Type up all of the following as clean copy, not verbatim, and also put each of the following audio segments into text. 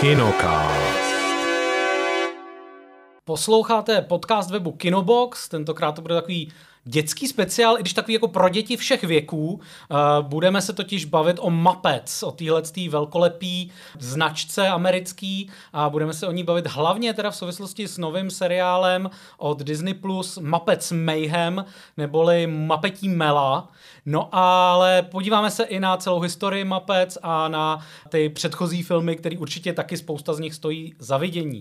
Kinocast. Posloucháte podcast webu Kinobox, tentokrát to bude takový dětský speciál, i když takový jako pro děti všech věků. Budeme se totiž bavit o Muppets, o téhletý velkolepý značce americký a budeme se o ní bavit hlavně teda v souvislosti s novým seriálem od Disney Plus Muppets Mayhem, neboli Muppetí mela. No ale podíváme se i na celou historii Muppets a na ty předchozí filmy, které určitě taky spousta z nich stojí za vidění.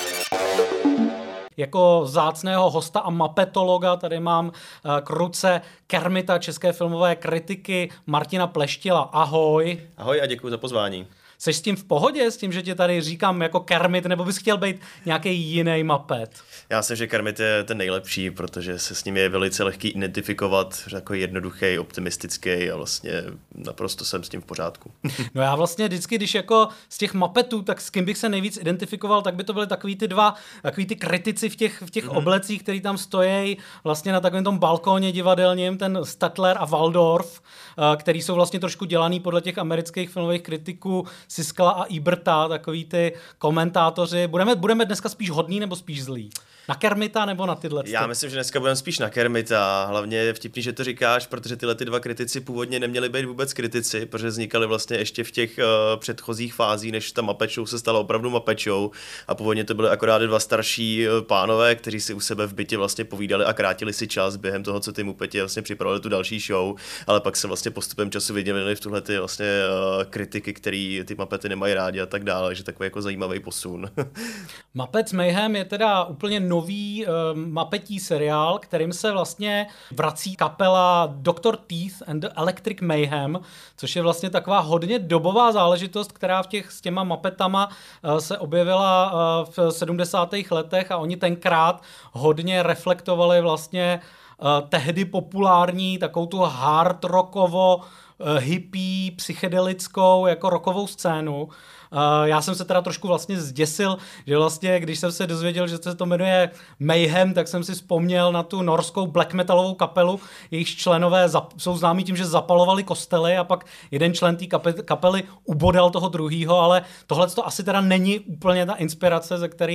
Jako vzácného hosta a mapetologa tady mám k ruce Kermita, české filmové kritiky Martina Pleštila. Ahoj. Ahoj a děkuji za pozvání. Seš s tím v pohodě, s tím, že tě tady říkám jako Kermit, nebo bys chtěl být nějaký jiný Muppet? Já myslím, že Kermit je ten nejlepší, protože se s ním je velice lehký identifikovat, jako jednoduchý, optimistický a vlastně naprosto jsem s tím v pořádku. No já vlastně vždycky, když jako z těch Muppetů, tak s kým bych se nejvíc identifikoval, tak by to byly takový ty kritici v těch oblecích, který tam stojí vlastně na takovém tom balkóně divadelním, ten Statler a Waldorf, který jsou vlastně trošku dělaný podle těch amerických filmových kritiků Siskela a Eberta, takový ty komentátoři. Budeme dneska spíš hodný nebo spíš zlý? Na Kermita nebo na tyhle? Já myslím, že dneska budeme spíš na Kermita. Hlavně je vtipný, že to říkáš, protože tyhle ty dva kritici původně neměli být vůbec kritici, protože vznikali vlastně ještě v těch předchozích fázích, než ta Muppet Show se stala opravdu Muppet Show. A původně to byly akorát dva starší pánové, kteří si u sebe v bytě vlastně povídali a krátili si čas během toho, co ty Muppeti vlastně připravili tu další show, ale pak se vlastně postupem času vydělili v tuhle ty vlastně kritiky, který ty Muppety nemají rádi a tak dále, že takový jako zajímavý posun. Muppets Mayhem je teda úplně nový Muppetí seriál, kterým se vlastně vrací kapela Dr. Teeth and the Electric Mayhem, což je vlastně taková hodně dobová záležitost, která s těma Muppetama se objevila v 70. letech a oni tenkrát hodně reflektovali vlastně tehdy populární takovou tu hard rockovo hippie, psychedelickou jako rockovou scénu. Já jsem se teda trošku vlastně zděsil, že vlastně, když jsem se dozvěděl, že se to jmenuje Mayhem, tak jsem si vzpomněl na tu norskou black metalovou kapelu. Jejichž členové jsou známí tím, že zapalovali kostely a pak jeden člen té kapely ubodal toho druhýho, ale tohle to asi teda není úplně ta inspirace,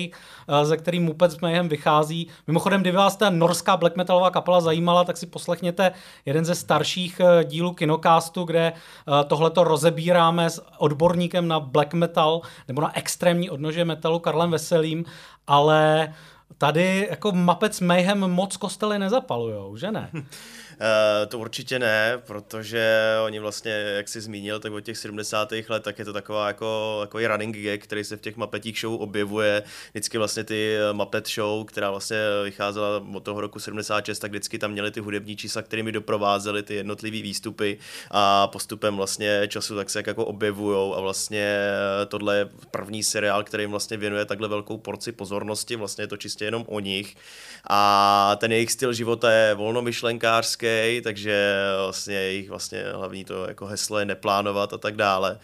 ze který Muppets Mayhem vychází. Mimochodem, kdyby vás ta norská black metalová kapela zajímala, tak si poslechněte jeden ze starších dílů Kinocastu, kde tohleto rozebíráme s odborníkem na black metal nebo na extrémní odnože metalu Karlem Veselým, ale tady jako Muppets Mayhem moc kostely nezapalujou, že ne? To určitě ne, protože oni vlastně, jak jsi zmínil, tak od těch 70. let, tak je to taková jako running gag, který se v těch Muppetích show objevuje. Vždycky vlastně ty Muppet Show, která vlastně vycházela od toho roku 76, tak vždycky tam měli ty hudební čísla, kterými doprovázely ty jednotlivý výstupy a postupem vlastně času tak se jako objevujou a vlastně tohle je první seriál, který jim vlastně věnuje takhle velkou porci pozornosti, vlastně je to čistě jenom o nich a ten jejich styl života je volnomyšlenkářský, takže vlastně jejich vlastně hlavní to jako heslo je neplánovat a tak dále.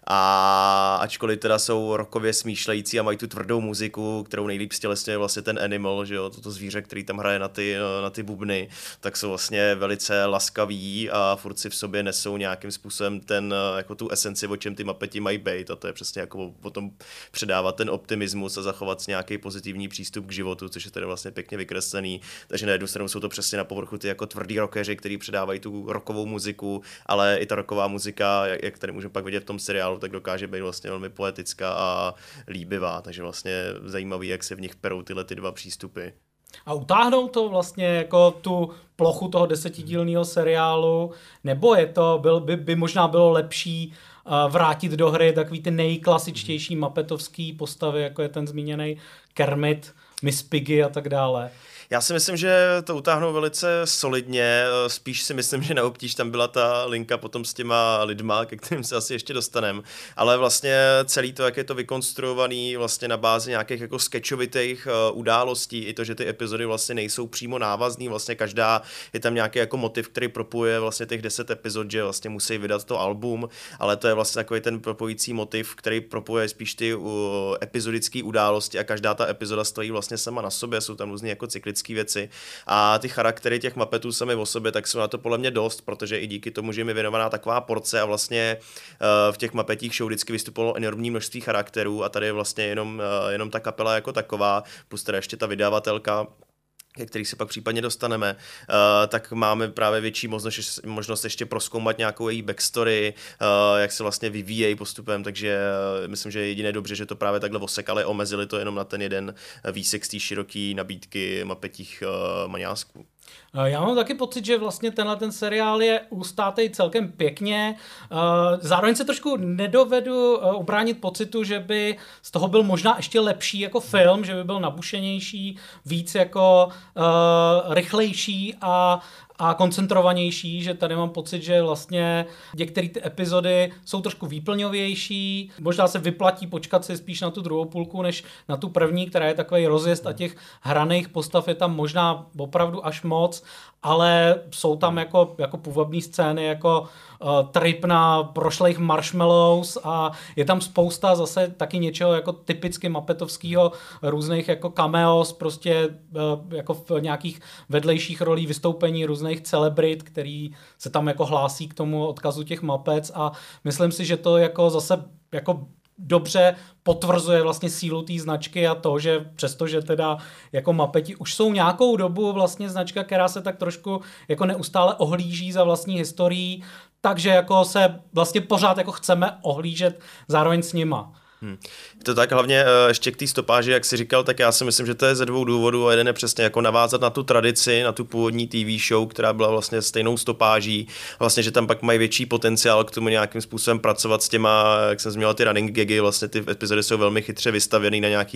A ačkoliv teda jsou rockově smýšlející a mají tu tvrdou muziku, kterou nejlíp stělesňuje vlastně ten Animal, že jo, toto zvíře, který tam hraje na ty bubny, tak jsou vlastně velice laskaví a furt si v sobě nesou nějakým způsobem jako tu esenci, o čem ty Muppeti mají být, a to je přesně jako potom předávat ten optimismus a zachovat si nějaký pozitivní přístup k životu, což je tedy vlastně pěkně vykreslený. Takže na jednu stranu jsou to přesně na povrchu ty jako tvrdý rockeři, kteří předávají tu rockovou muziku, ale i ta rocková muzika, jak tady můžeme pak vidět v tom seriálu, tak dokáže být vlastně velmi poetická a líbivá, takže vlastně zajímavý, jak se v nich perou tyhle ty dva přístupy. A utáhnou to vlastně jako tu plochu toho 10dílného seriálu, nebo by možná bylo lepší vrátit do hry takový ty nejklasičtější mappetovský postavy, jako je ten zmíněný Kermit, Miss Piggy a tak dále. Já si myslím, že to utáhnou velice solidně, spíš si myslím, že na obtíž tam byla ta linka potom s těma lidma, ke kterým se asi ještě dostaneme, ale vlastně celý to, jak je to vykonstruovaný vlastně na bázi nějakých jako sketchovitých událostí, i to, že ty epizody vlastně nejsou přímo návazný, vlastně každá je tam nějaký jako motiv, který propojuje vlastně těch 10 epizod, že vlastně musí vydat to album, ale to je vlastně takový ten propojící motiv, který propojuje spíš ty epizodické události a každá ta epizoda stojí vlastně sama na sobě, jsou tam různý jako cyklické technologické věci. A ty charaktery těch Muppetů sami o sobě, tak jsou na to podle mě dost, protože i díky tomu, že jim je věnovaná taková porce a vlastně v těch Muppetích show vždycky vystupovalo enormní množství charakterů a tady je vlastně jenom ta kapela jako taková, plus teda ještě ta vydavatelka, ke kterých se pak případně dostaneme, tak máme právě větší možnost ještě prozkoumat nějakou její backstory, jak se vlastně vyvíjejí postupem, takže myslím, že je jediné dobře, že to právě takhle osekali, omezili to jenom na ten jeden výsek z té široké nabídky Muppetích maniásků. Já mám taky pocit, že vlastně ten seriál je ustátej celkem pěkně. Zároveň se trošku nedovedu ubránit pocitu, že by z toho byl možná ještě lepší jako film, že by byl nabušenější, víc jako rychlejší a koncentrovanější, že tady mám pocit, že vlastně některé ty epizody jsou trošku výplňovější, možná se vyplatí počkat si spíš na tu druhou půlku, než na tu první, která je takový rozjezd a těch hraných postav je tam možná opravdu až moc, ale jsou tam jako půvabné scény, jako trip na prošlejch marshmallows a je tam spousta zase taky něčeho jako typicky mappetovského, různých jako cameos, prostě jako v nějakých vedlejších rolí vystoupení různých celebrit, který se tam jako hlásí k tomu odkazu těch Muppets a myslím si, že to jako zase jako dobře potvrzuje vlastně sílu té značky a to, že přestože teda jako Muppeti už jsou nějakou dobu vlastně značka, která se tak trošku jako neustále ohlíží za vlastní historií, takže jako se vlastně pořád jako chceme ohlížet zároveň s nima. Je to tak hlavně ještě k té stopáži, jak jsi říkal, tak já si myslím, že to je ze dvou důvodů a jeden je přesně jako navázat na tu tradici, na tu původní TV show, která byla vlastně stejnou stopáží, vlastně, že tam pak mají větší potenciál k tomu nějakým způsobem pracovat s těma, jak jsem zmínil, ty running gagy, vlastně ty epizody jsou velmi chytře vystavěný na nějakých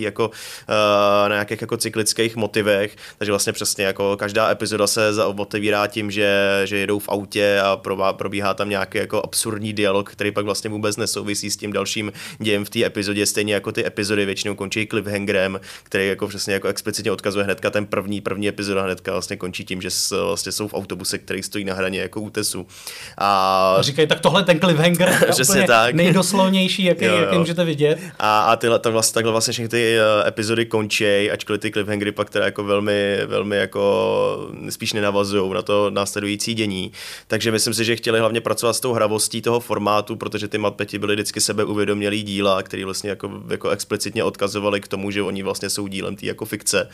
jako cyklických motivech, takže vlastně přesně jako každá epizoda se otevírá tím, že jedou v autě a probíhá tam nějaký jako absurdní dialog, který pak vlastně vůbec nesouvisí s tím dalším dějem v té epizodě, stejně jako ty epizody většinou končí cliffhangerem, který jako přesně jako explicitně odkazuje hnedka ten první epizoda hnedka vlastně končí tím, že vlastně jsou v autobuse, který stojí na hraně jako útesu. A říkají, tak tohle ten cliffhanger je úplně tak nejdoslovnější, jaký můžete vidět. A takhle vlastně všechny ty epizody končí, ačkoliv ty cliffhangery pak teda jako velmi jako spíš nenavazují na to následující dění. Takže myslím si, že chtěli hlavně pracovat s tou hravostí toho formátu, protože ty Muppeti byly vždycky sebeuvědomělý díla, který vlastně jako explicitně odkazovali k tomu, že oni vlastně jsou dílem té jako fikce.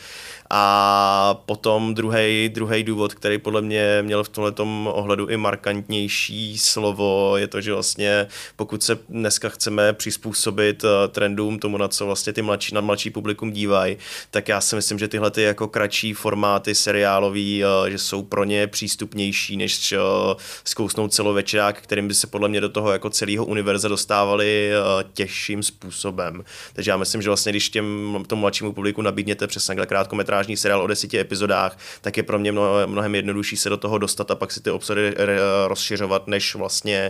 A potom druhý důvod, který podle mě měl v tomhletom ohledu i markantnější slovo, je to, že vlastně pokud se dneska chceme přizpůsobit trendům, tomu, na co vlastně ty mladší publikum dívají, tak já si myslím, že tyhle ty jako kratší formáty seriálový, že jsou pro ně přístupnější, než zkousnout celovečerák, kterým by se podle mě do toho jako celého univerza dostávali těžším způsobem. Takže já myslím, že vlastně, když tomu mladšímu publiku nabídněte přes takhle krátkometrážní seriál o 10 epizodách, tak je pro mě mnohem jednodušší se do toho dostat a pak si ty obsady rozšiřovat, než vlastně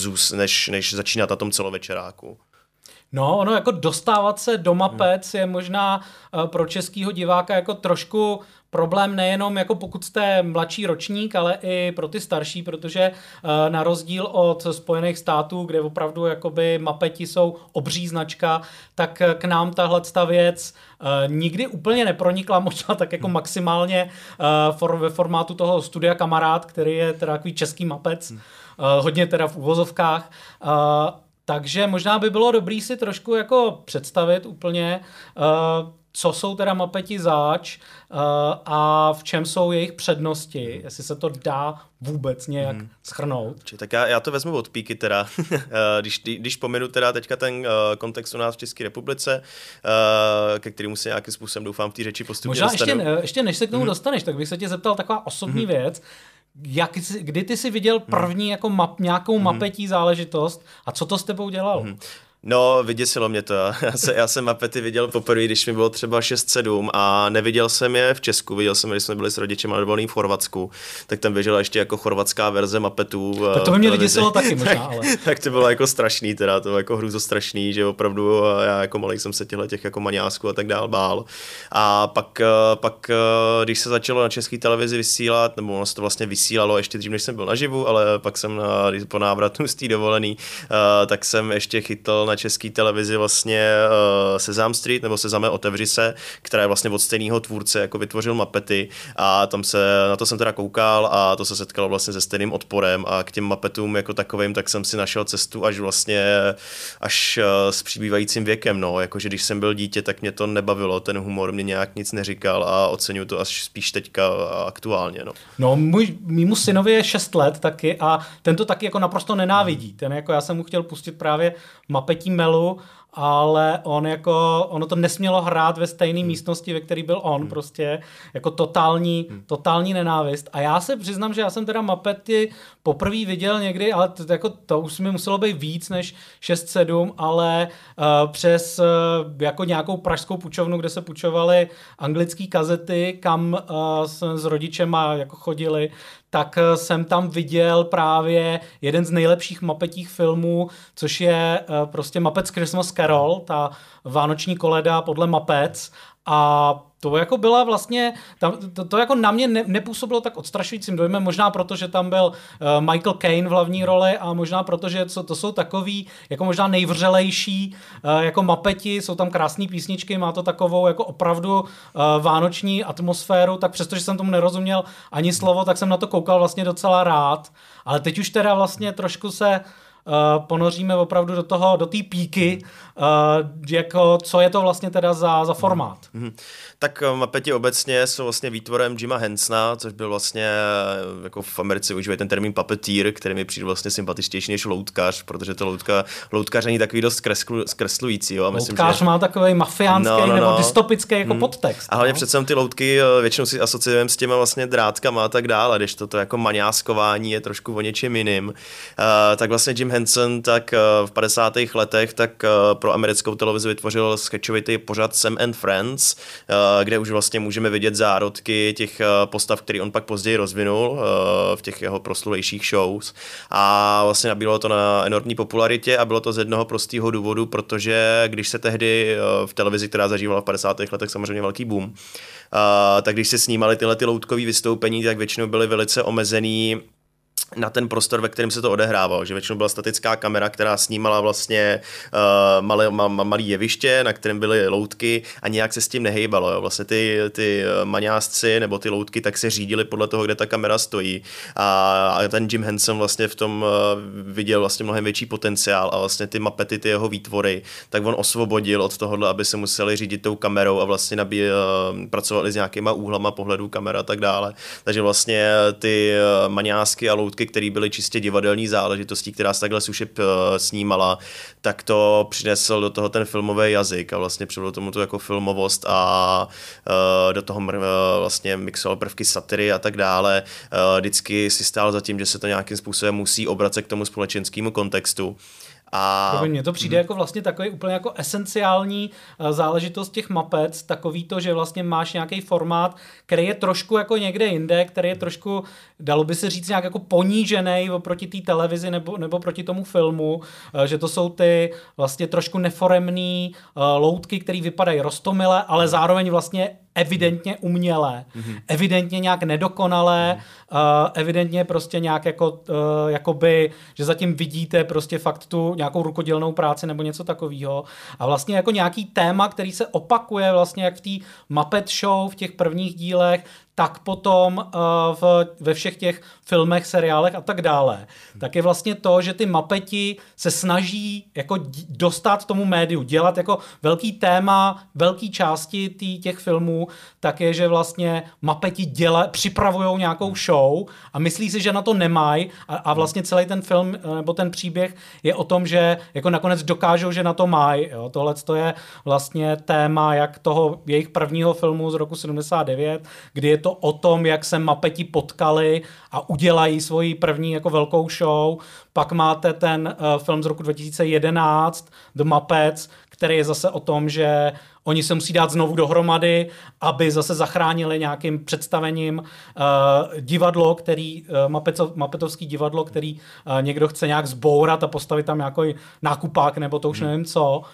než začínat na tom celovečeráku. No, ono jako dostávat se do Muppets je možná pro českýho diváka jako trošku problém nejenom jako pokud jste mladší ročník, ale i pro ty starší, protože na rozdíl od Spojených států, kde opravdu jakoby Muppeti jsou obří značka, tak k nám tahleta věc nikdy úplně nepronikla, možná tak jako maximálně ve formátu toho Studia Kamarád, který je teda takový český Muppets, hodně teda v uvozovkách. Takže možná by bylo dobrý si trošku jako představit úplně, co jsou teda Muppeti zač a v čem jsou jejich přednosti, jestli se to dá vůbec nějak shrnout. Tak já to vezmu od píky teda, když pominu teda teďka ten kontext u nás v České republice, ke kterému se nějakým způsobem doufám v té řeči postupně dostanu. Možná ještě než se k tomu dostaneš, tak bych se tě zeptal taková osobní věc, kdy ty jsi viděl první jako nějakou Muppetí záležitost a co to s tebou dělalo? No, vyděsilo mě to. Já jsem Muppety viděl poprvé, když mi bylo třeba 6-7 a neviděl jsem je v Česku. Viděl jsem je, když jsme byli s rodičem na dovolený v Chorvatsku, tak tam běžela ještě jako chorvatská verze Muppetů. Tak to by mě vyděsilo taky možná, ale. Tak to bylo jako strašný teda, to bylo jako hrůzostrašný, že opravdu já jako malej jsem se těch jako maniásků a tak dál bál. A pak když se začalo na České televizi vysílat, nebo ono se to vlastně vysílalo ještě dřív, než jsem byl naživu, ale pak jsem po návratu z té dovolený, tak jsem ještě chytl na české televizi vlastně Sesame Street nebo Sezame otevři se, která je vlastně od stejného tvůrce, jako vytvořil Muppety a na to jsem teda koukal a to se setkalo vlastně se stejným odporem a k těm Muppetům jako takovým, tak jsem si našel cestu až s přibývajícím věkem, no, jakože když jsem byl dítě, tak mě to nebavilo, ten humor mě nějak nic neříkal a oceňuju to až spíš teďka aktuálně, no. No, mýmu synovi je 6 let taky a ten to taky jako naprosto nenávidí. Ten jako já jsem mu chtěl pustit právě Muppetí Melu, ale ono to nesmělo hrát ve stejné místnosti, ve které byl on, prostě jako totální nenávist. A já se přiznám, že já jsem teda Muppety poprvé viděl někdy, ale to už mi muselo být víc než 6-7, ale přes jako nějakou pražskou půjčovnu, kde se půjčovaly anglické kazety, kam jsme s rodičema jako chodili, tak jsem tam viděl právě jeden z nejlepších Muppetích filmů, což je prostě Muppets Christmas Carol, ta vánoční koleda podle Muppets. A to jako byla vlastně, to jako na mě nepůsobilo tak odstrašujícím dojmem, možná proto, že tam byl Michael Caine v hlavní roli a možná proto, že to jsou takový jako možná nejvřelejší jako Muppeti, jsou tam krásné písničky, má to takovou jako opravdu vánoční atmosféru, tak přestože jsem tomu nerozuměl ani slovo, tak jsem na to koukal vlastně docela rád, ale teď už teda vlastně trošku se ponoříme opravdu do té píky, jako co je to vlastně teda za formát. Tak Muppeti obecně jsou vlastně výtvorem Jima Hensona, což byl vlastně, jako v Americe užívají ten termín puppeteer, který mi přijde vlastně sympatičtější než loutkař, protože to loutkař není takový dost zkreslující. Jo? Loutkař má takový mafiánský nebo dystopický jako podtext. A hlavně přece ty loutky většinou si asociujeme s těma vlastně drátkama a tak dále, když to jako maňáskování je trošku o něčem jiným. Tak vlastně Jim Henson tak v 50. letech tak pro americkou televizi vytvořil sketchovitý pořad Sam and Friends, kde už vlastně můžeme vidět zárodky těch postav, který on pak později rozvinul v těch jeho proslulejších shows. A vlastně nabílo to na enormní popularitě a bylo to z jednoho prostého důvodu, protože když se tehdy v televizi, která zažívala v 50. letech samozřejmě velký boom, tak když se snímali tyhle loutkový vystoupení, tak většinou byly velice omezený na ten prostor, ve kterém se to odehrávalo, že většinou byla statická kamera, která snímala vlastně malé jeviště, na kterém byly loutky a nějak se s tím nehejbalo. Jo. Vlastně ty maňásci nebo ty loutky tak se řídili podle toho, kde ta kamera stojí a ten Jim Henson vlastně v tom viděl vlastně mnohem větší potenciál a vlastně ty Muppety, ty jeho výtvory, tak on osvobodil od tohohle, aby se museli řídit tou kamerou a vlastně pracovali s nějakýma úhlama pohledů kamera a tak dále. Takže vlastně ty maňásky a loutky, které byly čistě divadelní záležitostí, která se takhle sušip snímala, tak to přinesl do toho ten filmový jazyk a vlastně přivedl tomu tu jako filmovost a do toho vlastně mixoval prvky satiry a tak dále. Vždycky si stál za tím, že se to nějakým způsobem musí obracet k tomu společenskému kontextu. Mně to přijde jako vlastně takový úplně jako esenciální záležitost těch Muppets, takový to, že vlastně máš nějaký formát, který je trošku jako někde jinde, který je trošku, dalo by se říct, nějak jako ponížený oproti té televizi nebo proti tomu filmu, že to jsou ty vlastně trošku neforemný loutky, které vypadají roztomile, ale zároveň vlastně evidentně umělé, evidentně nějak nedokonalé, evidentně prostě nějak jakoby, že zatím vidíte prostě fakt tu nějakou rukodělnou práci nebo něco takového. A vlastně jako nějaký téma, který se opakuje vlastně jak v té Muppet Show v těch prvních dílech, tak potom ve všech těch filmech, seriálech a tak dále. Tak je vlastně to, že ty Muppeti se snaží jako dostat tomu médiu, dělat jako velký téma, velký části těch filmů, tak je, že vlastně Muppeti připravujou nějakou show a myslí si, že na to nemají a vlastně celý ten film nebo ten příběh je o tom, že jako nakonec dokážou, že na to mají. Tohle je vlastně téma jak toho jejich prvního filmu z roku 79, kdy je to o tom, jak se Muppeti potkali a udělají svoji první jako velkou show. Pak máte ten film z roku 2011, The Muppets, který je zase o tom, že oni se musí dát znovu dohromady, aby zase zachránili nějakým představením divadlo, Muppetovský divadlo, který někdo chce nějak zbourat a postavit tam nějaký nákupák nebo to už nevím co.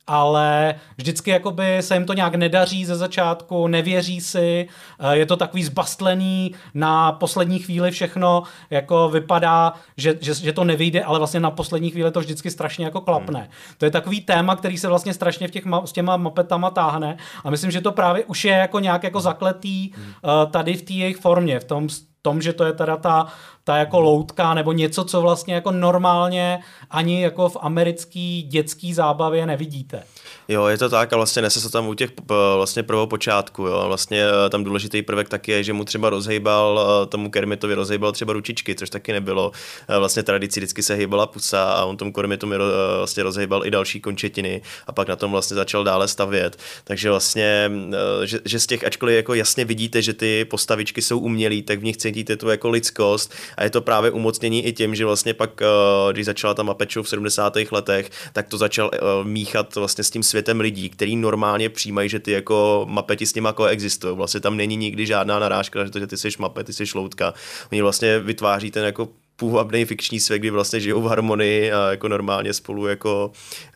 ale vždycky jakoby se jim to nějak nedaří ze začátku, nevěří si, je to takový zbastlený, na poslední chvíli všechno jako vypadá, že to nevyjde, ale vlastně na poslední chvíli to vždycky strašně jako klapne. To je takový téma, který se vlastně strašně s těma Muppetama táhne a myslím, že to právě už je jako nějak jako zakletý tady v té jejich formě, v tom, že to je teda ta jako loutka nebo něco, co vlastně jako normálně ani jako v americký dětský zábavě nevidíte. Jo, je to tak a vlastně nese se tam u těch vlastně prvopočátku, jo. Vlastně tam důležitý prvek taky je, že mu třeba tomu Kermitovi rozhejbal třeba ručičky, což taky nebylo. Vlastně tradicí vždycky se hýbala pusa a on tomu Kermitovi vlastně rozhejbal i další končetiny a pak na tom vlastně začal dále stavět. Takže vlastně, že z těch, ačkoliv jako jasně vidíte, že ty postavičky jsou umělý, tak v nich cítíte tu jako lidskost a je to právě umocnění i tím, že vlastně pak, když začala ta Muppet Show v 70. letech, tak to začal míchat vlastně s tím světem lidí, který normálně přijímají, že ty jako Muppeti s nima koexistují. Vlastně tam není nikdy žádná narážka, že ty jsi Muppet, ty jsi loutka. Oni vlastně vytváří ten jako půvabný fikční svět, kdy vlastně žijou v harmonii a jako normálně spolu jako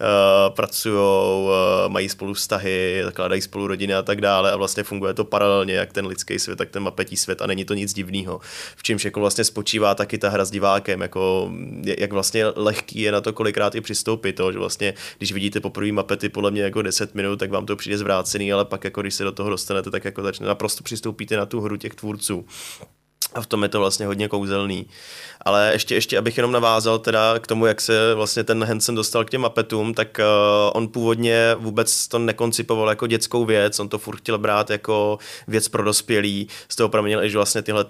pracujou, mají spolu vztahy, zakládají spolu rodiny a tak dále a vlastně funguje to paralelně, jak ten lidský svět, tak ten Muppetí svět a není to nic divného. V čemž jako vlastně spočívá taky ta hra s divákem, jako jak vlastně lehký je na to kolikrát i přistoupit, to, že vlastně, když vidíte poprvé Muppety podle mě jako 10 minut, tak vám to přijde zvrácený, ale pak jako když se do toho dostanete, tak jako naprosto přistoupíte na tu hru těch tvůrců. A v tom je to vlastně hodně kouzelný. Ale ještě abych jenom navázal teda k tomu, jak se vlastně ten Henson dostal k těm Muppetům, tak on původně vůbec to nekoncipoval jako dětskou věc, on to furt chtěl brát jako věc pro dospělí. Z toho proměnil i, že vlastně tyhle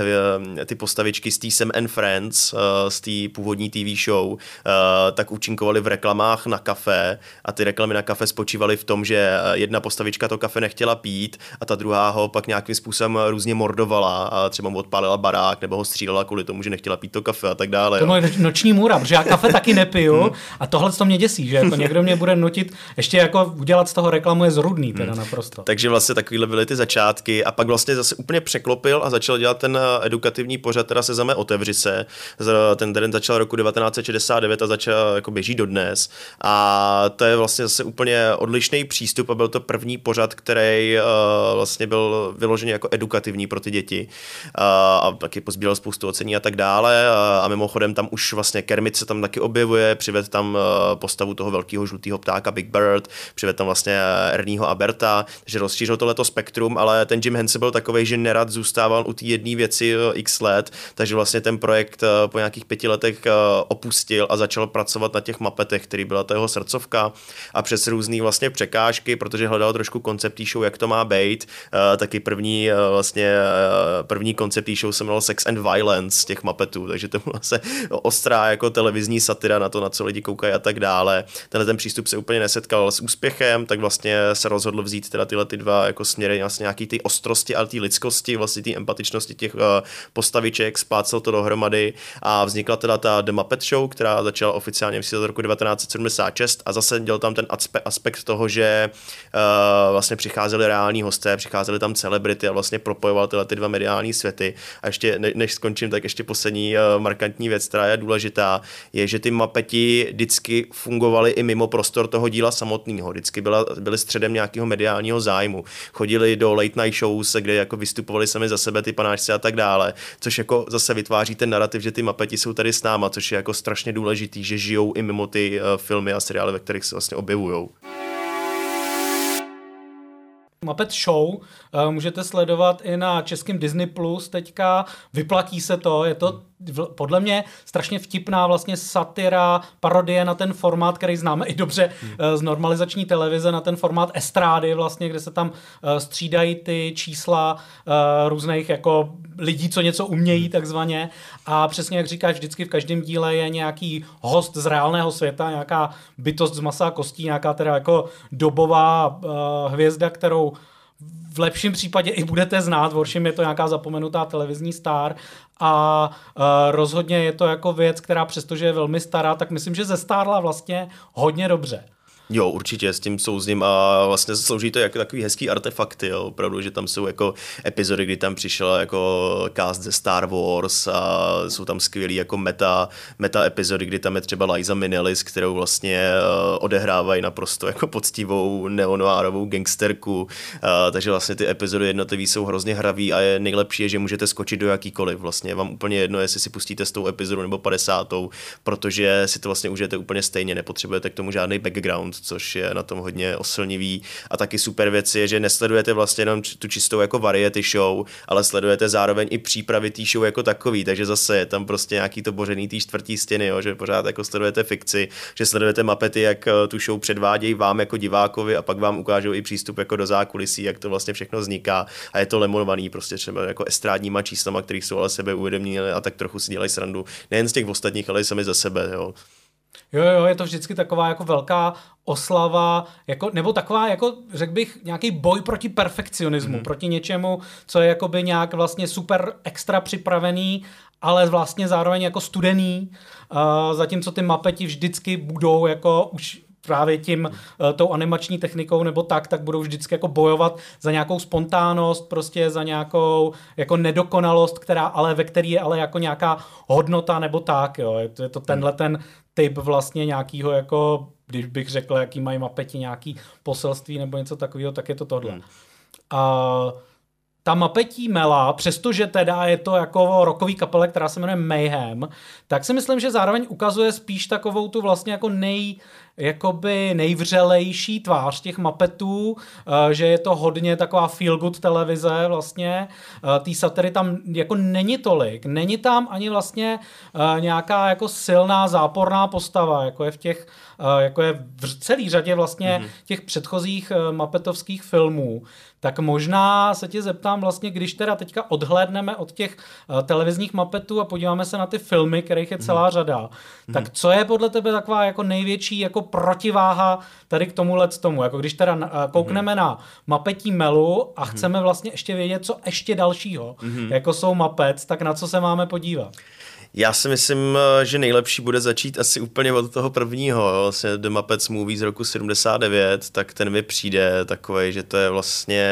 ty postavičky z té Sam and Friends, z té původní TV show, tak účinkovaly v reklamách na kafe a ty reklamy na kafe spočívaly v tom, že jedna postavička to kafe nechtěla pít a ta druhá ho pak nějakým způsobem různě mordovala a třeba mu odpálila barák nebo ho střílela kvůli tomu, že nechtěla pít to kafe a tak dále. To je noční můra, protože já kafe taky nepiju a tohle to mě děsí, že jako někdo mě bude nutit ještě jako udělat z toho reklamu je zrudný teda naprosto. Takže vlastně takovýhle byly ty začátky a pak vlastně zase úplně překlopil a začal dělat ten edukativní pořad, teda Sezame, otevři se. Ten začal roku 1969 a začal jako běží dodnes a to je vlastně zase úplně odlišný přístup a byl to první pořad, který vlastně byl vyložený jako edukativní pro ty děti a taky pozbíral spoustu ocení a tak dále a mimochodem tam už vlastně Kermit se tam taky objevuje, přived tam postavu toho velkého žlutého ptáka Big Bird, přived tam vlastně Ernieho a Berta, že rozšířil tohleto spektrum, ale ten Jim Henson byl takovej, že nerad zůstával u té jedné věci x let, takže vlastně ten projekt po nějakých 5 letech opustil a začal pracovat na těch Muppetech, který byla ta jeho srdcovka a přes různý vlastně překážky, protože hledal trošku koncept té show, jak to má být, taky první koncept té show se jmenoval Sex and Violence těch Muppetů, takže to byla se ostrá jako televizní satira na to, na co lidi koukají a tak dále. Ten přístup se úplně nesetkal s úspěchem, tak vlastně se rozhodl vzít teda tyhle ty dva jako směry vlastně nějaký ty ostrosti a ty lidskosti, vlastně ty empatičnosti těch postaviček, splácel to dohromady a vznikla teda ta The Muppet Show, která začala oficiálně vysílat od roku 1976 a zase dělal tam ten aspekt toho, že vlastně přicházeli reální hosté, přicházeli tam celebrity a vlastně propojoval tyhle ty dva mediální světy. A ještě než skončím, tak ještě poslední markantní věc, která je důležitá, je, že ty Muppeti vždycky fungovaly i mimo prostor toho díla samotného. Vždycky byly středem nějakého mediálního zájmu. Chodili do late night shows, kde jako vystupovali sami za sebe ty panáčci a tak dále, což jako zase vytváří ten narrativ, že ty Muppeti jsou tady s náma, což je jako strašně důležitý, že žijou i mimo ty filmy a seriály, ve kterých se vlastně objevujou. Muppet Show můžete sledovat i na českém Disney Plus teďka, vyplatí se to, je to podle mě strašně vtipná vlastně satira, parodie na ten formát, který známe i dobře z normalizační televize, na ten formát estrády vlastně, kde se tam střídají ty čísla různých jako lidí, co něco umějí takzvaně a přesně jak říkáš, vždycky v každém díle je nějaký host z reálného světa, nějaká bytost z masa a kostí, nějaká teda jako dobová hvězda, kterou v lepším případě i budete znát, v horším je to nějaká zapomenutá televizní star a rozhodně je to jako věc, která přestože je velmi stará, tak myslím, že zestárla vlastně hodně dobře. Jo, určitě s tím souzním a vlastně slouží to jako takový hezký artefakty, jo, opravdu, že tam jsou jako epizody, kdy tam přišel jako cast ze Star Wars a jsou tam skvělý jako meta epizody, kdy tam je třeba Liza Minnelli, s kterou vlastně odehrávají naprosto jako poctivou neonoárovou gangsterku, takže vlastně ty epizody jednotlivý jsou hrozně hravý a je nejlepší, že můžete skočit do jakýkoliv, vlastně vám úplně jedno, jestli si pustíte s tou epizodu nebo 50, protože si to vlastně užijete úplně stejně, nepotřebujete k tomu žádný background, což je na tom hodně oslnivý. A taky super věc je, že nesledujete vlastně jenom tu čistou jako variety show, ale sledujete zároveň i přípravy té show jako takový, takže zase je tam prostě nějaký to bořený té čtvrtý stěny, jo, že pořád jako sledujete fikci, že sledujete Muppety, jak tu show předvádějí vám jako divákovi a pak vám ukážou i přístup jako do zákulisí, jak to vlastně všechno vzniká a je to lemonovaný prostě třeba jako estrádníma číslama, který jsou ale sebeuvědomění a tak trochu si dělají srandu nejen z těch ostatních, ale i sami za sebe, jo. Jo, je to vždycky taková jako velká oslava, jako, nebo taková, jako řekl bych, nějaký boj proti perfekcionismu, proti něčemu, co je jakoby nějak vlastně super extra připravený, ale vlastně zároveň jako studený, zatímco ty Muppeti vždycky budou jako už právě tím, tou animační technikou nebo tak budou vždycky jako bojovat za nějakou spontánnost, prostě za nějakou jako nedokonalost, ve který je ale jako nějaká hodnota nebo tak, jo. Je to tenhle ten typ vlastně nějakýho jako, když bych řekl, jaký mají Muppeti nějaký poselství nebo něco takového, tak je to tohle. Ta Muppetí Mela, přestože teda je to jako rockový kapele, která se jmenuje Mayhem, tak si myslím, že zároveň ukazuje spíš takovou tu vlastně jako nejvřelejší tvář těch Muppetů, že je to hodně taková feel good televize vlastně. Té satiry tam jako není tolik. Není tam ani vlastně nějaká jako silná záporná postava, jako je v celý řadě vlastně těch předchozích Muppetovských filmů. Tak možná se tě zeptám vlastně, když teda teďka odhlédneme od těch televizních Muppetů a podíváme se na ty filmy, kterých je celá řada, tak co je podle tebe taková jako největší jako protiváha tady k tomu? Jako když teda koukneme na Muppetí Melu a chceme vlastně ještě vědět, co ještě dalšího, jako jsou Muppets, tak na co se máme podívat? Já si myslím, že nejlepší bude začít asi úplně od toho prvního, vlastně The Muppets Movie z roku 79, tak ten mi přijde takovej, že to je vlastně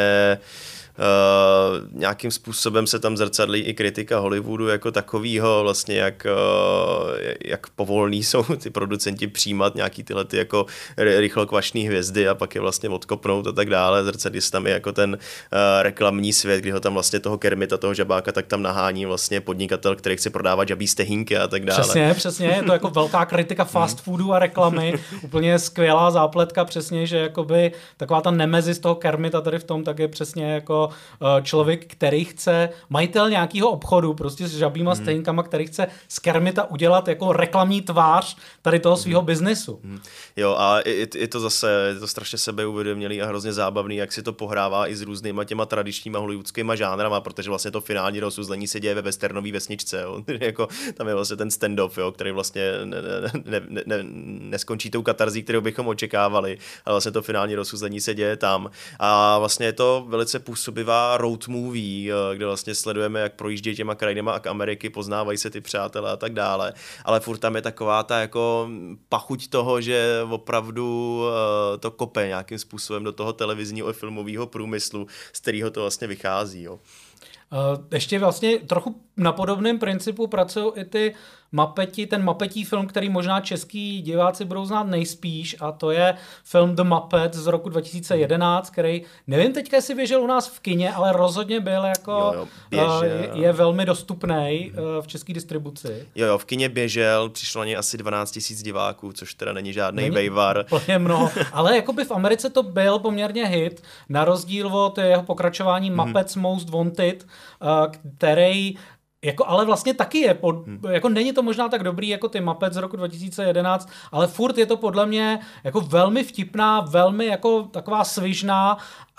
nějakým způsobem se tam zrcadlí i kritika Hollywoodu jako takovýho, vlastně jak povolní jsou ty producenti přijímat nějaký tyhle ty jako rychlokvašný hvězdy a pak je vlastně odkopnout a tak dále. Zrcadlí se tam i jako ten reklamní svět, kdy ho tam vlastně toho Kermita, toho žabáka, tak tam nahání vlastně podnikatel, který chce prodávat žabí stehínky a tak dále. Přesně, je to jako velká kritika fast foodu a reklamy, úplně skvělá zápletka, přesně, že jakoby taková ta nemezis toho Kermita tady v tom, tak je přesně jako člověk, který chce, majitel nějakého obchodu prostě s žabýma stejnkama, který chce z Kermita udělat jako reklamní tvář tady toho svého biznesu. Jo, a je to zase, je to strašně sebeuvědomělý a hrozně zábavný, jak si to pohrává i s různýma těma tradičníma hollywoodskýma žánrama, protože vlastně to finální rozuzlení se děje ve westernové vesničce, jo. Jako, tam je vlastně ten stand-off, jo, který vlastně neskončí tou katarzí, kterou bychom očekávali, ale vlastně to finální rozuzlení se děje tam. A vlastně je to velice působivá road movie, kde vlastně sledujeme, jak projíždějí těma krajinama Ameriky, poznávají se ty přátelé a tak dále, ale furt tam je taková ta jako pachuť toho, že opravdu to kope nějakým způsobem do toho televizního a filmového průmyslu, z kterého to vlastně vychází. Jo. Ještě vlastně trochu na podobném principu pracují i ty Muppeti, ten Muppetí film, který možná český diváci budou znát nejspíš, a to je film The Muppets z roku 2011, který nevím teďka, jestli běžel u nás v kině, ale rozhodně byl jako je velmi dostupný v české distribuci. Jo, v kině běžel, přišlo na něj asi 12 000 diváků, což teda není žádný vejvar. Plně mnoho, ale jakoby v Americe to byl poměrně hit, na rozdíl od jeho pokračování Muppets Most Wanted, který jako, ale vlastně taky je, jako není to možná tak dobrý jako ty Muppets z roku 2011, ale furt je to podle mě jako velmi vtipná, velmi jako taková svižná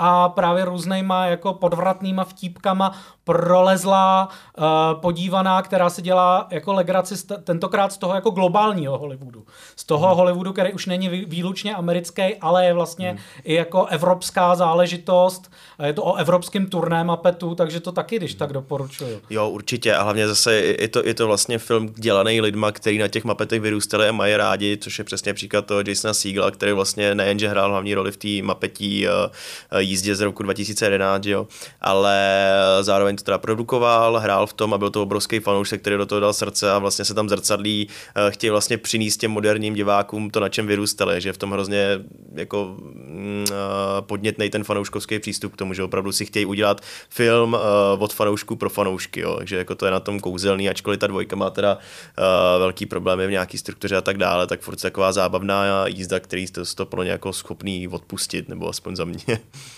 a právě různýma jako podvratnýma vtípkama prolezlá, podívaná, která se dělá jako legraci tentokrát z toho jako globálního Hollywoodu. Z toho Hollywoodu, který už není výlučně americký, ale je vlastně i jako evropská záležitost. Je to o evropském turné Muppetů, takže to taky, když tak doporučuju. Jo, určitě. A hlavně zase je to vlastně film dělaný lidma, který na těch Muppetech vyrůstali a mají rádi, což je přesně příklad toho Jasona Segela, který vlastně nejenže hrál hlavní roli v té Muppetí jízdě z roku 2011, jo, ale zároveň to teda produkoval, hrál v tom a byl to obrovský fanoušek, který do toho dal srdce a vlastně se tam zrcadlí, chtějí vlastně přinést těm moderním divákům to, na čem vyrůstali, že v tom hrozně jako podnětnej ten fanouškovský přístup k tomu, že opravdu si chtějí udělat film od fanoušků pro fanoušky, jo, takže jako to je na tom kouzelný, ačkoliv ta dvojka má teda velký problémy v nějaký struktuře a tak dále, tak furt taková zábavná jízda, který jste to pro ně jako schopný odpustit, nebo aspoň za mě.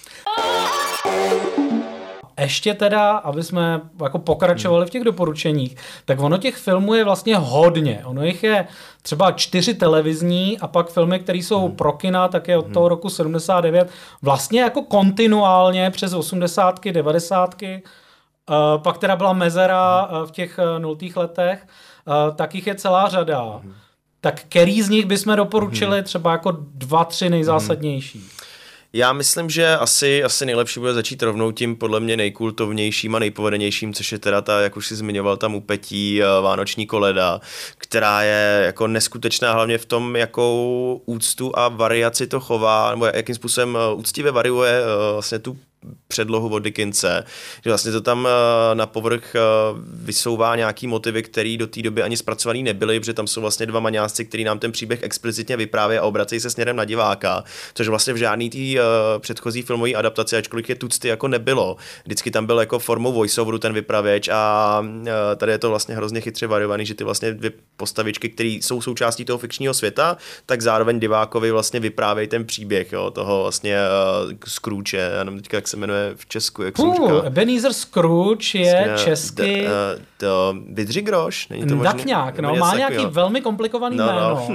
Ještě teda, aby jsme jako pokračovali v těch doporučeních, tak ono těch filmů je vlastně hodně. Ono jich je třeba 4 televizní a pak filmy, které jsou pro kina, tak je od toho roku 79 vlastně jako kontinuálně přes 80, 90. Pak teda byla mezera v těch 0. letech, tak jich je celá řada. Tak který z nich bychom doporučili třeba jako 2-3 nejzásadnější? Já myslím, že asi nejlepší bude začít rovnou tím podle mě nejkultovnějším a nejpovedenějším, což je teda ta, jak už si zmiňoval, ta Muppetí Vánoční koleda, která je jako neskutečná hlavně v tom, jakou úctu a variaci to chová, nebo jakým způsobem úctivě variuje vlastně tu předlohu od Dickense, že vlastně to tam na povrch vysouvá nějaký motivy, které do té doby ani zpracovaný nebyly, protože tam jsou vlastně dva maňásci, který nám ten příběh explicitně vypráví a obracejí se směrem na diváka, což vlastně v žádný té předchozí filmové adaptaci, ačkoliv je tucty jako nebylo. Vždycky tam byl jako formou voiceoveru ten vypravěč a tady je to vlastně hrozně chytře variovaný, že ty vlastně dvě postavičky, které jsou součástí toho fikčního světa, tak zároveň divákovi vlastně vyprávějí ten příběh, jo, toho vlastně Scrooge, já nevím teďka, jak se jmenuje v Česku, jak jsem říkal. Ebenezer Scrooge je česky... Vydři groš, není to možný? Tak nějak, no, má nějaký velmi komplikovaný jméno,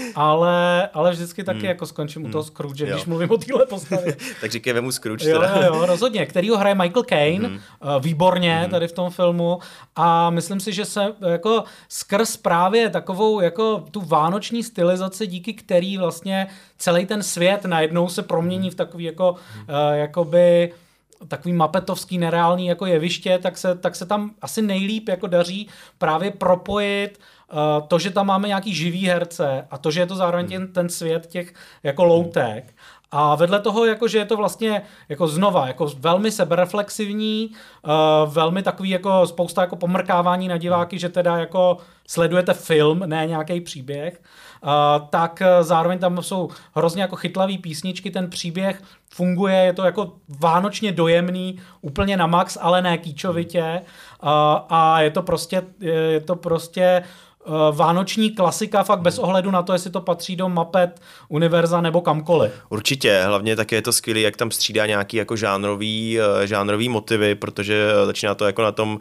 ale vždycky taky jako skončím u toho Scrooge, když mluvím o téhle postavě. Tak říkej, vemu Scrooge. Jo, rozhodně, kterýho hraje Michael Caine, výborně tady v tom filmu a myslím si, že se jako skrz právě takovou jako tu vánoční stylizaci, díky který vlastně celý ten svět najednou se promění v takový jako jakoby takový mappetovský nereálný jako jeviště, tak se tam asi nejlíp jako daří právě propojit to, že tam máme nějaký živý herce a to, že je to zároveň ten svět těch jako loutek. A vedle toho, jako, že je to vlastně jako znova jako velmi sebereflexivní, velmi takový jako spousta jako pomrkávání na diváky, že teda jako sledujete film, ne nějaký příběh, tak zároveň tam jsou hrozně jako chytlavý písničky, ten příběh funguje, je to jako vánočně dojemný, úplně na max, ale ne kýčovitě a je to prostě vánoční klasika, fakt bez ohledu na to, jestli to patří do Muppet univerza nebo kamkoliv. Určitě, hlavně také je to skvělý, jak tam střídá nějaký jako žánrový motivy, protože začíná to jako na tom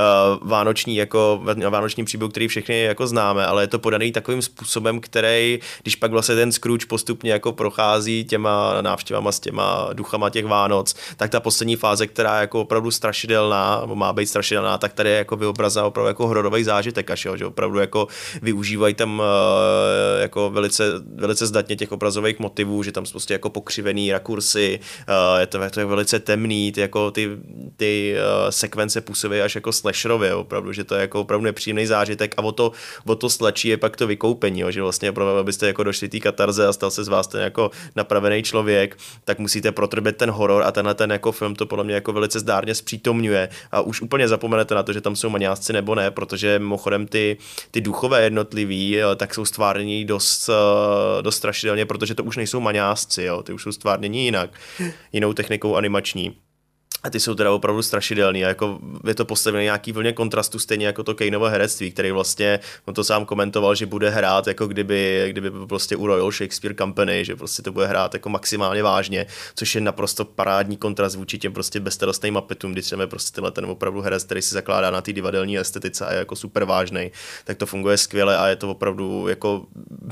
vánočním příběhu, který všichni jako známe, ale je to podaný takovým způsobem, který, když pak vlastně ten Scrooge postupně jako prochází těma návštěvama s těma duchama těch Vánoc, tak ta poslední fáze, která je jako opravdu strašidelná, nebo má být strašidelná, tak tady je jako vyobrazena opravdu jako hororový zážitek, až jo, že opravdu jako využívají tam jako velice zdatně těch obrazových motivů, že tam prostě jako pokřivený rakursy, je to velice temný, ty sekvence působí až jako slasherově, opravdu, že to je jako opravdu nepříjemný zážitek a o to stlačí je pak to vykoupení, jo, že vlastně opravdu, abyste jako došli té katarze a stal se z vás ten jako napravený člověk, tak musíte protrbět ten horor a tenhle ten jako film to podle mě jako velice zdárně zpřítomňuje a už úplně zapomenete na to, že tam jsou maňásci nebo ne, protože mimochodem ty duchové jednotlivý, tak jsou stvárnění dost strašidelně, protože to už nejsou maňásci, jo, ty už jsou stvárnění jinak, jinou technikou animační. A ty jsou teda opravdu strašidelný a jako je to postavené nějaký vlně kontrastu, stejně jako to Kaneovo herectví, který vlastně, on to sám komentoval, že bude hrát jako kdyby prostě u Royal Shakespeare Company, že prostě to bude hrát jako maximálně vážně, což je naprosto parádní kontrast vůči těm prostě bezstarostným Muppetům, když třeba prostě ten opravdu herec, který si zakládá na té divadelní estetice a je jako super vážnej, tak to funguje skvěle a je to opravdu jako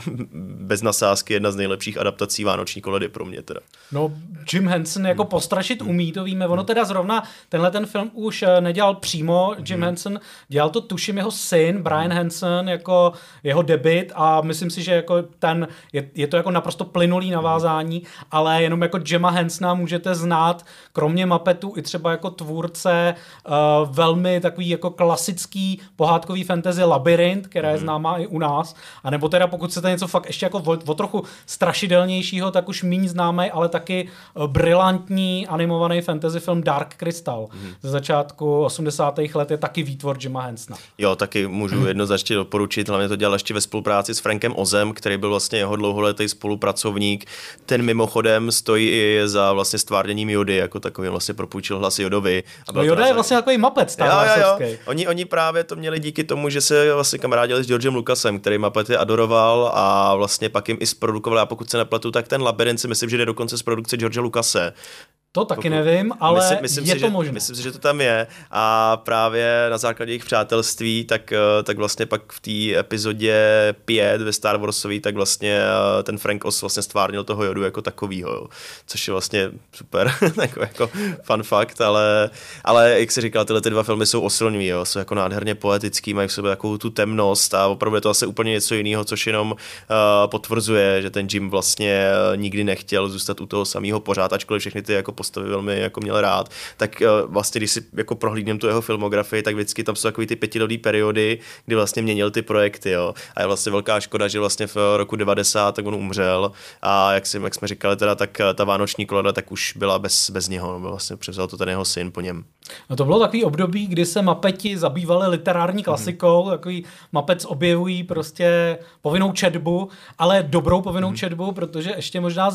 bez nasázky jedna z nejlepších adaptací vánoční koledy pro mě teda. No, Jim Henson jako postrašit umí, to víme, ono teda zrovna tenhle ten film už nedělal přímo Jim Henson, dělal to tuším jeho syn Brian Henson jako jeho debut a myslím si, že jako je to jako naprosto plynulý navázání, ale jenom jako Jima Hensona můžete znát, kromě Muppetů i třeba jako tvůrce velmi takový jako klasický pohádkový fantasy Labyrinth, která je známá i u nás, anebo teda pokud chcete něco fakt ještě jako o trochu strašidelnějšího, tak už méně známý, ale taky brilantní animovaný fantasy film Dark Crystal. Ze začátku 80. let je taky výtvor Jima Hensona. Jo, taky můžu jednoznačně doporučit, hlavně to dělal ještě ve spolupráci s Frankem Ozem, který byl vlastně jeho dlouholetý spolupracovník. Ten mimochodem stojí i za vlastně stvárněním Jody, jako takový vlastně propůjčil hlas Jodovi. No Yoda je vlastně takový Muppet jo. Oni právě to měli díky tomu, že se vlastně kamarádili s Georgem Lucasem, který Muppety adoroval a vlastně pak jim i zprodukoval, a pokud se nepletu, tak ten Labyrint si myslím, že jde dokonce z produkce George Lucase. To taky nevím, ale myslím je to možné. Myslím si, že to tam je a právě na základě jejich přátelství, tak vlastně pak v té epizodě 5 ve Star Warsový, tak vlastně ten Frank Oz vlastně stvárnil toho Jodu jako takovýho, jo. Což je vlastně super, jako fun fact, ale jak jsi říkal, tyhle ty dva filmy jsou osilní, jo, jsou jako nádherně poetický, mají v sobě takovou tu temnost a opravdu je to asi úplně něco jiného, což jenom potvrzuje, že ten Jim vlastně nikdy nechtěl zůstat u toho samého pořád, ačkoliv všechny ty jako postavy velmi jako měl rád, tak vlastně když si jako prohlídnem tu jeho filmografii, tak vždycky tam jsou takový ty 5leté periody, kdy vlastně měnil ty projekty, jo. A je vlastně velká škoda, že vlastně v roku 90 tak on umřel a jak jsme říkali teda, tak ta vánoční koleda tak už byla bez něho, no, vlastně převzal to ten jeho syn po něm. No to bylo takový období, kdy se Muppeti zabývali literární klasikou, takový Muppets objevují prostě povinnou četbu, ale dobrou povinnou četbu, protože ještě možná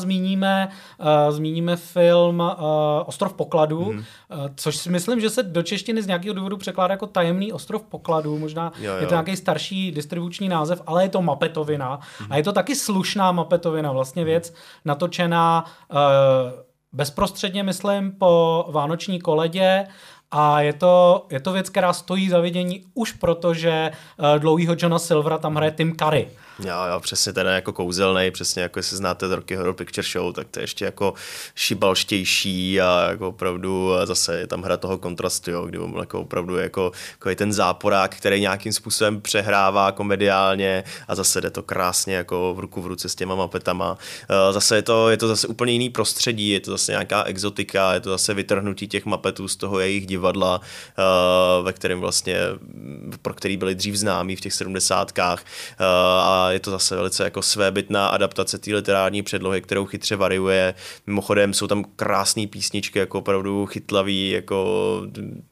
zmíníme film Ostrov pokladů, což si myslím, že se do češtiny z nějakého důvodu překládá jako Tajemný ostrov pokladů, možná je to nějaký starší distribuční název, ale je to Muppetovina a je to taky slušná Muppetovina, vlastně věc natočená bezprostředně, myslím, po vánoční koledě a je to věc, která stojí za vidění už proto, že dlouhýho Johna Silvera tam hraje Tim Curry. Jo, přesně ten je jako kouzelnej, přesně jako jestli znáte z Rocky Horror Picture Show, tak to je ještě jako šibalštější a jako opravdu zase je tam hra toho kontrastu, jo, kdy on jako opravdu jako ten záporák, který nějakým způsobem přehrává komediálně a zase jde to krásně jako v ruku v ruce s těma Muppetama. Zase je to zase úplně jiný prostředí, je to zase nějaká exotika, je to zase vytrhnutí těch Muppetů z toho jejich divadla, ve kterém vlastně, pro který byli dřív známí v těch 70kách a je to zase velice jako svébytná adaptace té literární předlohy, kterou chytře variuje. Mimochodem jsou tam krásné písničky, jako opravdu chytlavý, jako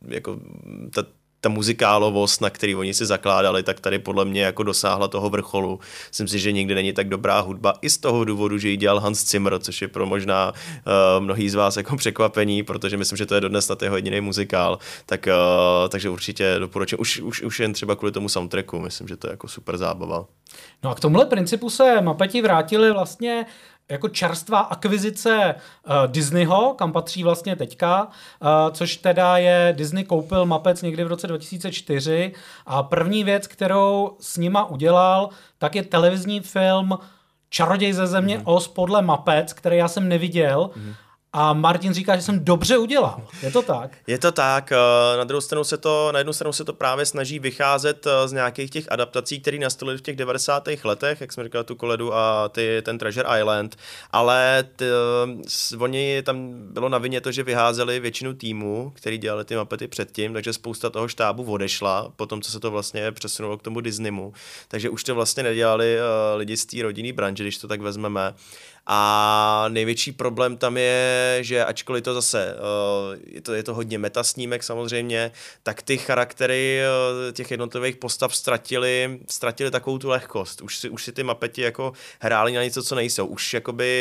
ta muzikálovost, na který oni si zakládali, tak tady podle mě jako dosáhla toho vrcholu. Myslím si, že nikdy není tak dobrá hudba i z toho důvodu, že ji dělal Hans Zimmer, což je pro možná mnohý z vás jako překvapení, protože myslím, že to je dodnes snad jeho jediný muzikál. Takže určitě doporučím. Už jen třeba kvůli tomu soundtracku, myslím, že to je jako super zábava. No a k tomuhle principu se Muppeti vrátili vlastně jako čerstvá akvizice Disneyho, kam patří vlastně teďka, což teda je Disney koupil Muppets někdy v roce 2004 a první věc, kterou s nima udělal, tak je televizní film Čaroděj ze země Oz podle Muppets, který já jsem neviděl. A Martin říká, že jsem dobře udělal. Je to tak? Je to tak. Na jednu stranu se to právě snaží vycházet z nějakých těch adaptací, které nastolili v těch 90. letech, jak jsme říkali, tu Koledu a ten Treasure Island, ale oni tam bylo na vině to, že vyházeli většinu týmu, který dělali ty Muppety předtím, takže spousta toho štábu odešla, potom co se to vlastně přesunulo k tomu Disneymu. Takže už to vlastně nedělali lidi z té rodinné branže, když to tak vezmeme. A největší problém tam je, že ačkoliv to zase je to hodně metasnímek samozřejmě, tak ty charaktery těch jednotlivých postav ztratili takovou tu lehkost. Už si ty Muppeti jako hráli na něco, co nejsou. Už jakoby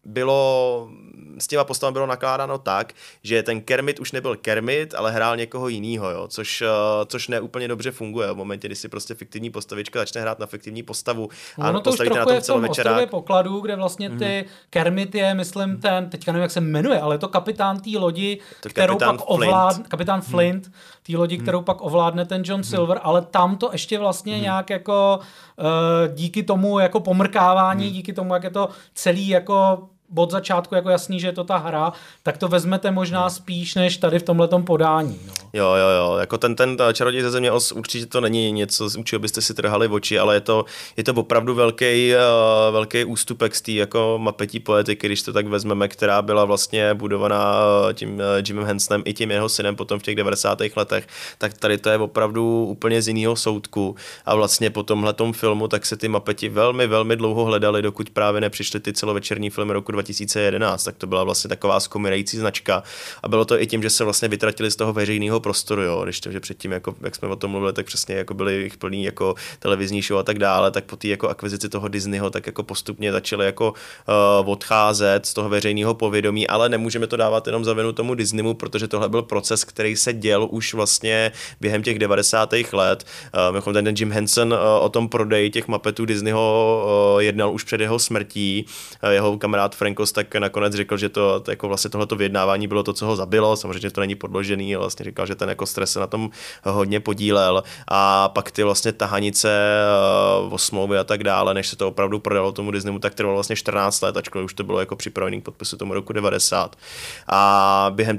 bylo s těma postavami bylo nakládáno tak, že ten Kermit už nebyl Kermit, ale hrál někoho jinýho, jo, což ne úplně dobře funguje v momentě, kdy si prostě fiktivní postavička začne hrát na fiktivní postavu a ono to už trochu je v tom ostrově pokladu, kde vlastně ty Kermit je, myslím, ten, teďka nevím, jak se jmenuje, ale je to kapitán té lodi, kterou pak ovládne, kapitán Flint, té lodi, kterou pak ovládne ten John Silver, ale tam to ještě vlastně nějak jako díky tomu jako pomrkávání, díky tomu, jak je to celý jako od začátku jako jasný, že je to ta hra, tak to vezmete možná spíš než tady v tomhletom podání. No. Jo, jako ten Čaroděj ze země os určitě to není něco, z čeho byste si trhali oči, ale je to opravdu velký ústupek z té jako mapetí poetiky, když to tak vezmeme, která byla vlastně budovaná tím Jimem Hensonem i tím jeho synem potom v těch 90. letech, tak tady to je opravdu úplně z jiného soudku a vlastně po tomhletom filmu tak se ty mapeti velmi, velmi dlouho hledali, dokud právě nepřišly ty celovečerní filmy roku 2011, tak to byla vlastně taková zkomírající značka a bylo to i tím, že se vlastně vytratili z toho veřejného prostoru, jo, když to, že předtím, jako, jak jsme o tom mluvili, tak přesně jako byly jich plný jako televizní show a tak dále, tak po té jako akvizici toho Disneyho tak jako postupně začaly jako odcházet z toho veřejného povědomí, ale nemůžeme to dávat jenom za vinu tomu Disneymu, protože tohle byl proces, který se děl už vlastně během těch 90. let. Ten Jim Henson o tom prodeji těch Muppetů Disneyho jednal už před jeho smrtí. Jeho kamarád Frankos tak nakonec řekl, že to jako vlastně tohleto vyjednávání bylo to, co ho zabilo. Samozřejmě to není podložený, ale vlastně říkal, že ten jako stres se na tom hodně podílel a pak ty vlastně tahanice o smlouvy a tak dále, než se to opravdu prodalo tomu Disneymu, tak trvalo vlastně 14 let, ačkoliv už to bylo jako připravený k podpisu tomu roku 90. A během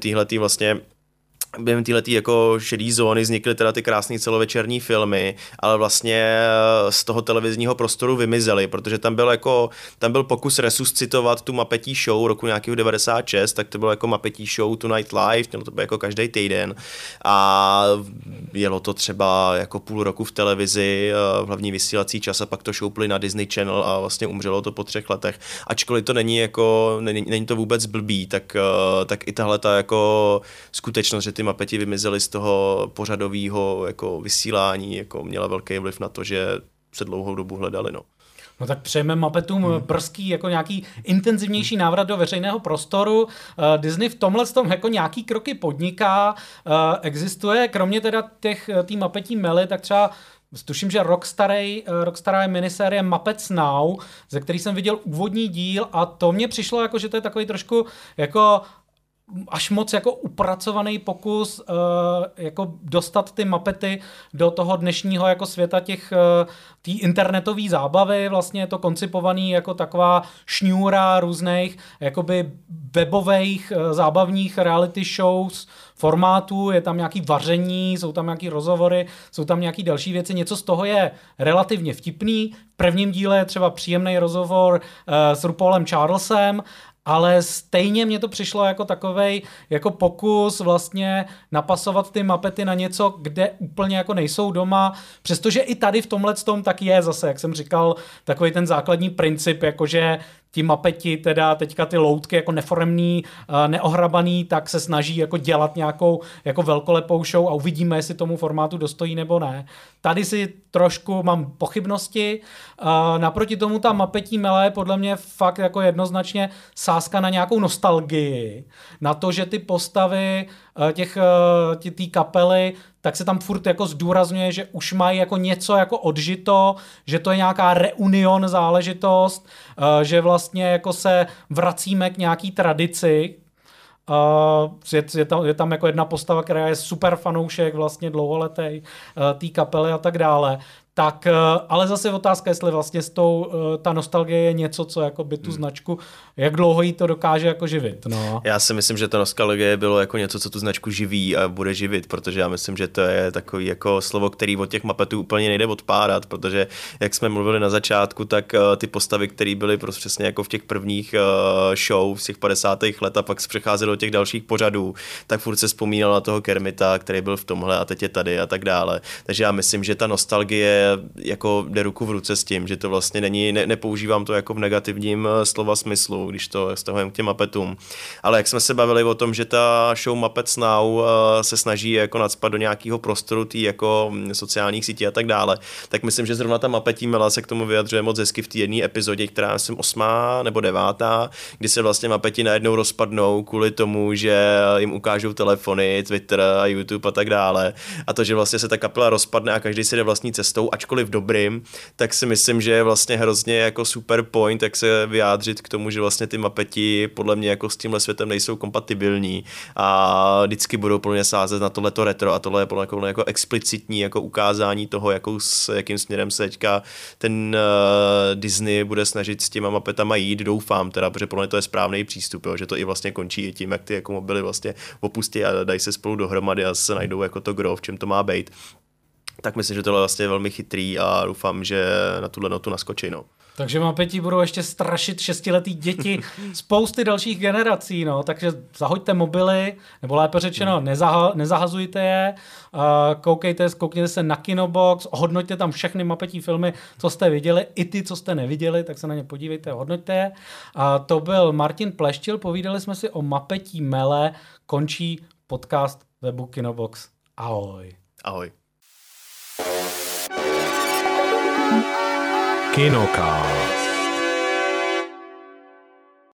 téhletý jako šedý zóny vznikly teda ty krásné celovečerní filmy, ale vlastně z toho televizního prostoru vymizely, protože tam byl pokus resuscitovat tu mapetí show roku nějakého 96, tak to bylo jako mapetí show Tonight Live, mělo to být jako každý týden a jelo to třeba jako půl roku v televizi, v hlavní vysílací čas a pak to šoupli na Disney Channel a vlastně umřelo to po 3 letech. Ačkoliv to není to vůbec blbý, tak i tahle ta jako skutečnost, že ty mapeti vymizely z toho pořadového jako vysílání, jako měla velký vliv na to, že se dlouhou dobu hledali, no. No tak přejeme Muppetům brzký jako nějaký intenzivnější návrat do veřejného prostoru. Disney v tomhle tom jako nějaký kroky podniká. Existuje, kromě teda tý Muppetí Mely, tak třeba tuším, že rok stará je minisérie Muppets Now, ze který jsem viděl úvodní díl a to mně přišlo jako, že to je takový trošku jako až moc jako upracovaný pokus jako dostat ty Muppety do toho dnešního jako světa té internetové zábavy. Vlastně je to koncipovaný jako taková šňůra různých jakoby webových zábavních reality shows, formátů, je tam nějaký vaření, jsou tam nějaký rozhovory, jsou tam nějaký další věci, něco z toho je relativně vtipný. V prvním díle je třeba příjemný rozhovor s RuPaulem Charlesem, ale stejně mně to přišlo jako takovej jako pokus vlastně napasovat ty Muppety na něco, kde úplně jako nejsou doma, přestože i tady v tomhletom tak je zase, jak jsem říkal, takový ten základní princip, jakože ti Muppeti, teda teďka ty loutky jako neforemný, neohrabaný, tak se snaží jako dělat nějakou jako velkolepou show a uvidíme, jestli tomu formátu dostojí nebo ne. Tady si trošku mám pochybnosti. Naproti tomu ta Muppetí Mele podle mě fakt jako jednoznačně sázka na nějakou nostalgii. Na to, že ty postavy té kapely tak se tam furt jako zdůrazňuje, že už mají jako něco jako odžito, že to je nějaká reunion záležitost, že vlastně jako se vracíme k nějaký tradici. Je tam jako jedna postava, která je super fanoušek, vlastně dlouholetý té kapely a tak dále. Tak, ale zase otázka, jestli vlastně ta nostalgie je něco, co jako by tu značku, jak dlouho jí to dokáže jako živit. No. Já si myslím, že ta nostalgie bylo jako něco, co tu značku živí a bude živit, protože já myslím, že to je takový jako slovo, který od těch Muppetů úplně nejde odpádat, protože jak jsme mluvili na začátku, tak ty postavy, které byly prostě přesně jako v těch prvních show z těch 50. let a pak se přecházely do těch dalších pořadů, tak furt se vzpomínalo na toho Kermita, který byl v tomhle a teď je tady a tak dále. Takže já myslím, že ta nostalgie jako jde ruku v ruce s tím, že to vlastně není, nepoužívám to jako v negativním slova smyslu, když to vztahujem k těm Muppetům. Ale jak jsme se bavili o tom, že ta show Muppets Now se snaží jako nacpat do nějakého prostoru tý jako sociálních sítí a tak dále, tak myslím, že zrovna ta Muppetí Mela se k tomu vyjadřuje moc hezky v té jedné epizodě, která je 8. nebo 9., kdy se vlastně Muppeti najednou rozpadnou kvůli tomu, že jim ukážou telefony, Twitter a YouTube a tak dále. A to, že vlastně se ta kapela rozpadne a každý si jde vlastní cestou, ačkoliv dobrým, tak si myslím, že je vlastně hrozně jako super point, jak se vyjádřit k tomu, že vlastně ty Muppeti podle mě jako s tímhle světem nejsou kompatibilní a vždycky budou podle mě sázet na tohleto retro a tohle je podle mě jako explicitní jako ukázání toho, jakým směrem se teďka ten Disney bude snažit s těma Muppetama jít, doufám teda, protože podle mě to je správný přístup, jo, že to i vlastně končí i tím, jak ty jako mobily vlastně opustí a dají se spolu dohromady a se najdou jako to gro, v čem to má být. Tak myslím, že tohle je vlastně velmi chytrý a doufám, že na tuhle notu naskočí. No. Takže Muppeti budou ještě strašit 6letý děti spousty dalších generací, no, takže zahoďte mobily, nebo lépe řečeno, nezahazujte je, koukněte se na Kinobox, hodnoťte tam všechny Muppetí filmy, co jste viděli, i ty, co jste neviděli, tak se na ně podívejte a hodnoťte je. To byl Martin Pleštil, povídali jsme si o Muppetí Mele, končí podcast webu Kinobox. Ahoj. Ahoj. Kinocast.